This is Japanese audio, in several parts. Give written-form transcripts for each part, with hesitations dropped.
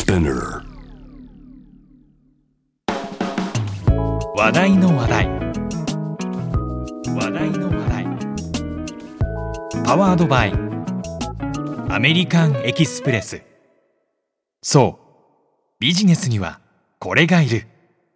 Spinner。 話題の話題、話題の話題。パワードバイアメリカンエキスプレス。そう、ビジネスにはこれがいる。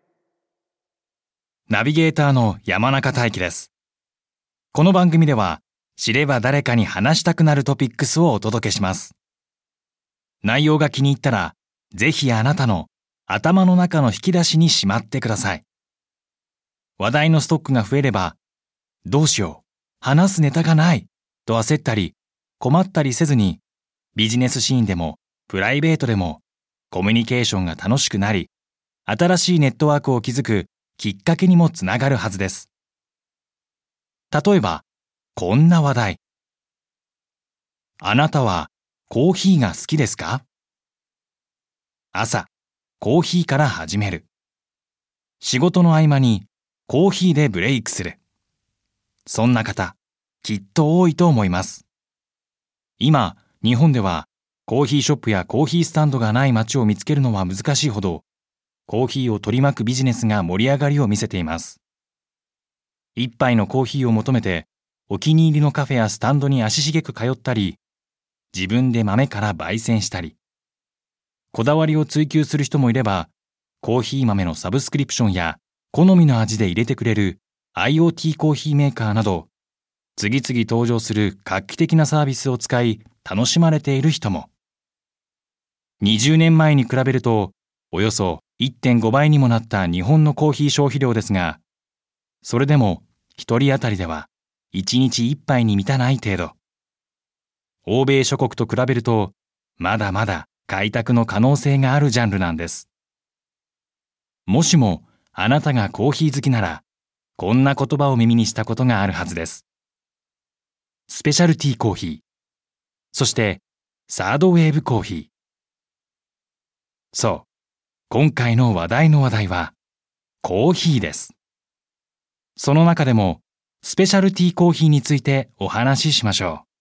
ナビゲーターの山中大輝です。この番組では知れば誰かに話したくなるトピックスをお届けします。内容が気に入ったら、ぜひあなたの頭の中の引き出しにしまってください。話題のストックが増えれば、どうしよう、話すネタがないと焦ったり困ったりせずに、ビジネスシーンでもプライベートでもコミュニケーションが楽しくなり、新しいネットワークを築くきっかけにもつながるはずです。例えば、こんな話題。あなたはコーヒーが好きですか？朝、コーヒーから始める。仕事の合間にコーヒーでブレイクする。そんな方、きっと多いと思います。今、日本ではコーヒーショップやコーヒースタンドがない街を見つけるのは難しいほど、コーヒーを取り巻くビジネスが盛り上がりを見せています。一杯のコーヒーを求めて、お気に入りのカフェやスタンドに足しげく通ったり、自分で豆から焙煎したり、こだわりを追求する人もいれば、コーヒー豆のサブスクリプションや好みの味で入れてくれる IoT コーヒーメーカーなど、次々登場する画期的なサービスを使い楽しまれている人も。20年前に比べると、およそ 1.5 倍にもなった日本のコーヒー消費量ですが、それでも一人当たりでは1日1杯に満たない程度。欧米諸国と比べると、まだまだ開拓の可能性があるジャンルなんです。もしもあなたがコーヒー好きなら、こんな言葉を耳にしたことがあるはずです。スペシャルティーコーヒー、そしてサードウェーブコーヒー。そう、今回の話題の話題はコーヒーです。その中でもスペシャルティーコーヒーについてお話ししましょう。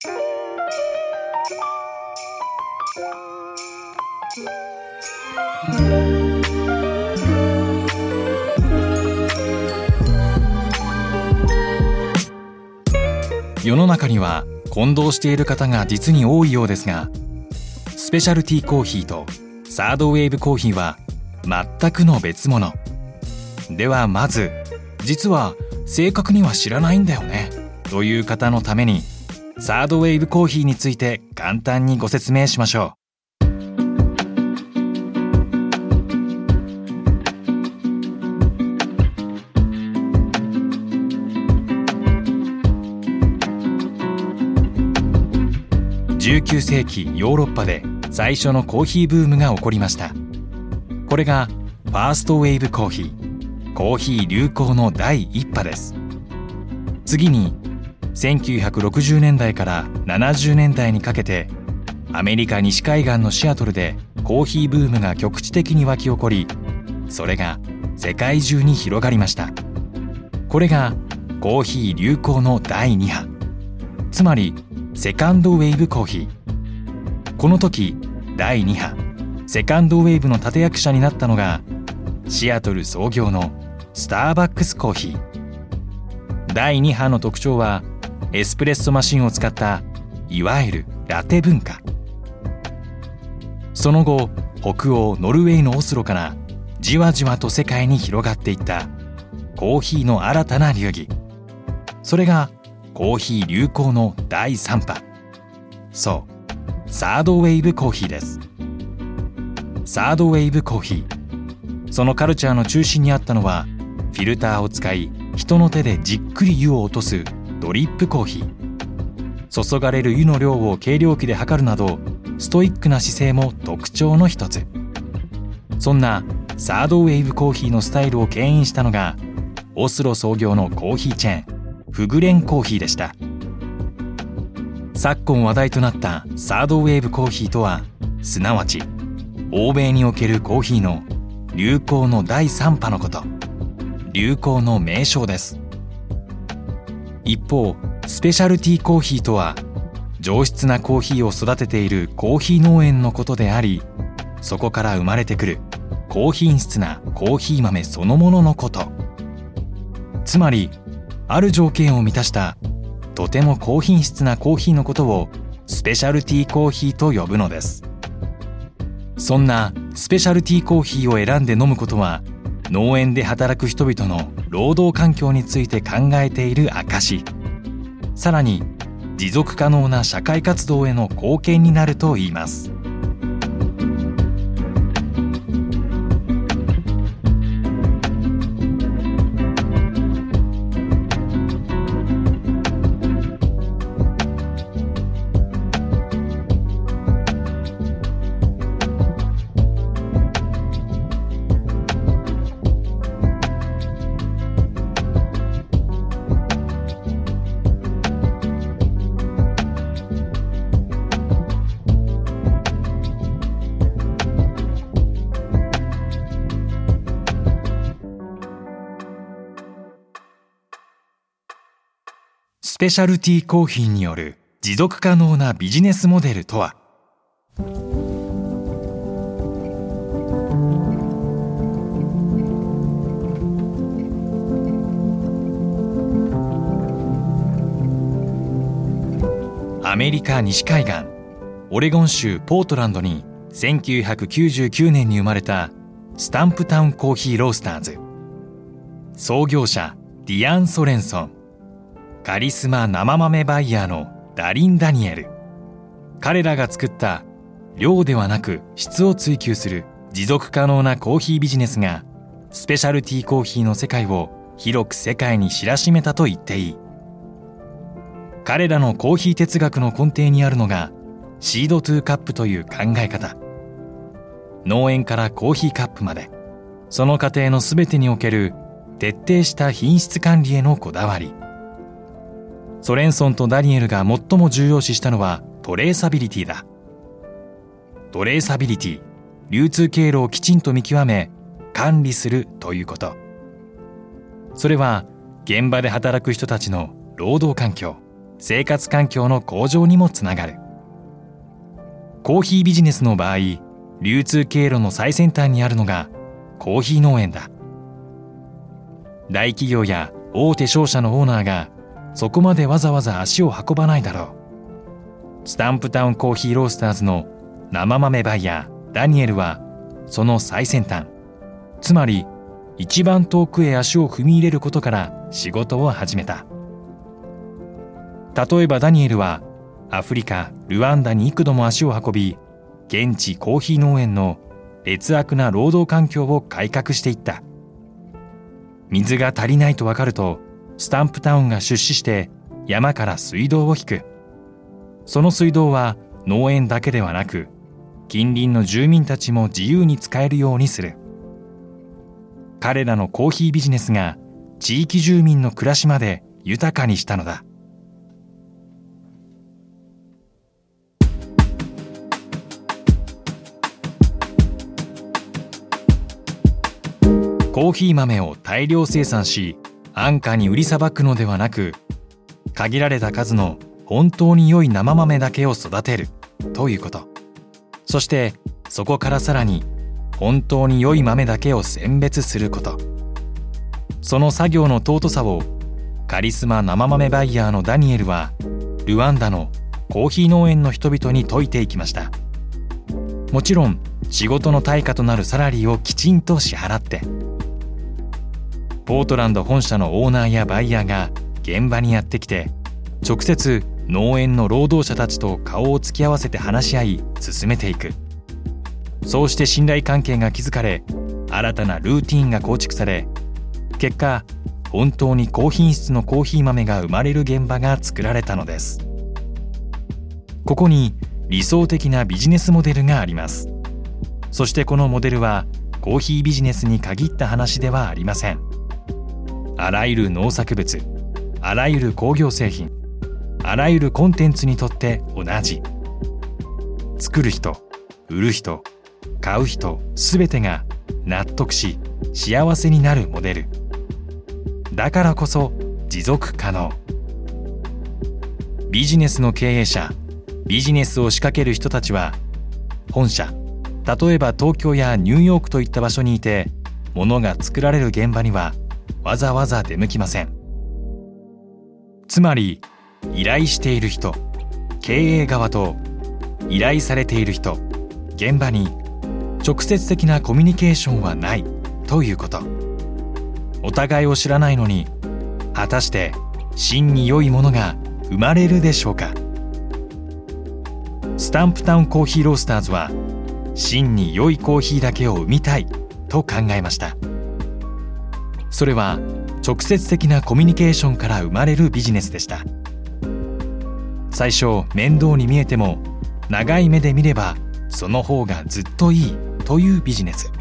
世の中には混同している方が実に多いようですが、スペシャルティーコーヒーとサードウェーブコーヒーは全くの別物。ではまず、実は正確には知らないんだよねという方のために、サードウェーブコーヒーについて簡単にご説明しましょう。19世紀ヨーロッパで最初のコーヒーブームが起こりました。これがファーストウェーブコーヒー、コーヒー流行の第一波です。次に1960年代から70年代にかけて、アメリカ西海岸のシアトルでコーヒーブームが局地的に湧き起こり、それが世界中に広がりました。これがコーヒー流行の第2波、つまりセカンドウェーブコーヒー。この時、第2波セカンドウェーブの立役者になったのが、シアトル創業のスターバックスコーヒー。第2波の特徴は、エスプレッソマシンを使ったいわゆるラテ文化。その後、北欧ノルウェーのオスロからじわじわと世界に広がっていったコーヒーの新たな流儀。それがコーヒー流行の第3波。そう、サードウェーブコーヒーです。サードウェーブコーヒー。そのカルチャーの中心にあったのは、フィルターを使い人の手でじっくり湯を落とすドリップコーヒー。注がれる湯の量を計量器で測るなど、ストイックな姿勢も特徴の一つ。そんなサードウェーブコーヒーのスタイルを牽引したのが、オスロ創業のコーヒーチェーンフグレンコーヒーでした。昨今話題となったサードウェーブコーヒーとは、すなわち欧米におけるコーヒーの流行の第3波のこと。流行の名称です。一方、スペシャルティーコーヒーとは、上質なコーヒーを育てているコーヒー農園のことであり、 そこから生まれてくる高品質なコーヒー豆そのもののこと。つまりある条件を満たしたとても高品質なコーヒーのことをスペシャルティーコーヒーと呼ぶのです。そんなスペシャルティーコーヒーを選んで飲むことは、農園で働く人々の労働環境について考えている証。さらに持続可能な社会活動への貢献になるといいます。スペシャルティーコーヒーによる持続可能なビジネスモデルとは。アメリカ西海岸オレゴン州ポートランドに1999年に生まれたスタンプタウンコーヒーロースターズ。創業者ディアン・ソレンソン、カリスマ生豆バイヤーのダリン・ダニエル。彼らが作った量ではなく質を追求する持続可能なコーヒービジネスがスペシャルティーコーヒーの世界を広く世界に知らしめたと言っていい。彼らのコーヒー哲学の根底にあるのがシードトゥーカップという考え方。農園からコーヒーカップまで、その過程のすべてにおける徹底した品質管理へのこだわり。ソレンソンとダニエルが最も重要視したのはトレーサビリティだ。トレーサビリティ、流通経路をきちんと見極め管理するということ。それは現場で働く人たちの労働環境、生活環境の向上にもつながる。コーヒービジネスの場合、流通経路の最先端にあるのがコーヒー農園だ。大企業や大手商社のオーナーがそこまでわざわざ足を運ばないだろう。スタンプタウンコーヒーロースターズの生豆バイヤーダニエルはその最先端、つまり一番遠くへ足を踏み入れることから仕事を始めた。例えばダニエルはアフリカ・ルワンダに幾度も足を運び、現地コーヒー農園の劣悪な労働環境を改革していった。水が足りないと分かるとスタンプタウンが出資して山から水道を引く。その水道は農園だけではなく近隣の住民たちも自由に使えるようにする。彼らのコーヒービジネスが地域住民の暮らしまで豊かにしたのだ。コーヒー豆を大量生産し安価に売りさばくのではなく、限られた数の本当に良い生豆だけを育てるということ。そしてそこからさらに本当に良い豆だけを選別すること。その作業の尊さをカリスマ生豆バイヤーのダニエルはルワンダのコーヒー農園の人々に説いていきました。もちろん仕事の対価となるサラリーをきちんと支払って。ポートランド本社のオーナーやバイヤーが現場にやってきて、直接農園の労働者たちと顔を突き合わせて話し合い進めていく。そうして信頼関係が築かれ、新たなルーティーンが構築され、結果本当に高品質のコーヒー豆が生まれる現場が作られたのです。ここに理想的なビジネスモデルがあります。そしてこのモデルはコーヒービジネスに限った話ではありません。あらゆる農作物、あらゆる工業製品、あらゆるコンテンツにとって同じ。作る人、売る人、買う人、すべてが納得し幸せになるモデル。だからこそ持続可能。ビジネスの経営者、ビジネスを仕掛ける人たちは本社、 例えば東京やニューヨークといった場所にいて物が作られる現場にはわざわざ出向きません。つまり依頼している人、経営側と依頼されている人、現場に直接的なコミュニケーションはないということ。お互いを知らないのに果たして真に良いものが生まれるでしょうか。スタンプタウンコーヒーロースターズは真に良いコーヒーだけを生みたいと考えました。それは直接的なコミュニケーションから生まれるビジネスでした。最初面倒に見えても長い目で見ればその方がずっといいというビジネス。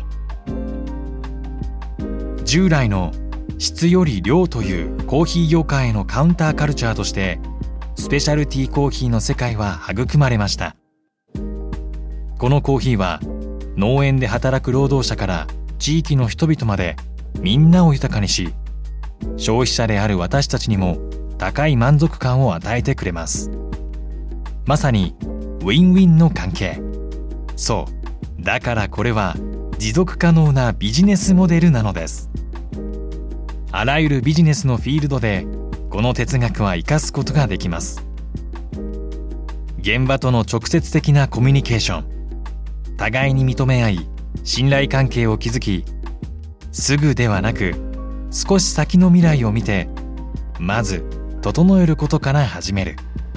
従来の質より量というコーヒー業界へのカウンターカルチャーとしてスペシャルティーコーヒーの世界は育まれました。このコーヒーは農園で働く労働者から地域の人々までみんなを豊かにし、消費者である私たちにも高い満足感を与えてくれます。まさにウィンウィンの関係。そう、だからこれは持続可能なビジネスモデルなのです。あらゆるビジネスのフィールドでこの哲学は生かすことができます。現場との直接的なコミュニケーション、互いに認め合い信頼関係を築き、すぐではなく少し先の未来を見てまず整えることから始める。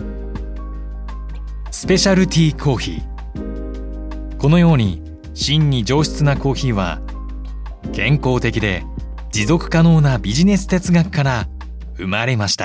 スペシャルティーコーヒー。このように真に上質なコーヒーは健康的で持続可能なビジネス哲学から生まれました。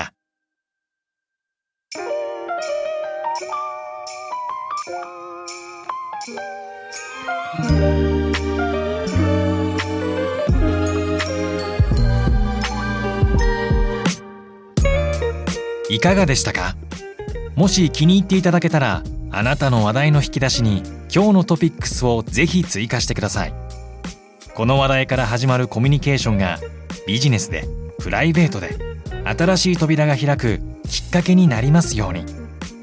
いかがでしたか？もし気に入っていただけたら、あなたの話題の引き出しに今日のトピックスをぜひ追加してください。この話題から始まるコミュニケーションがビジネスでプライベートで新しい扉が開くきっかけになりますように。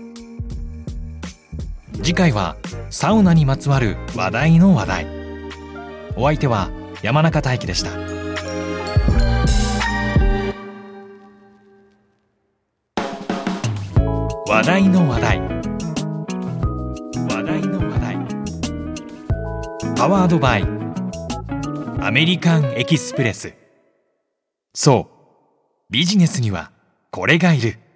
次回はサウナにまつわる話題の話題。お相手は山中大輝でした。話題の話題。話題の話題。パワードバイアメリカンエキスプレス。そう、ビジネスにはこれがいる。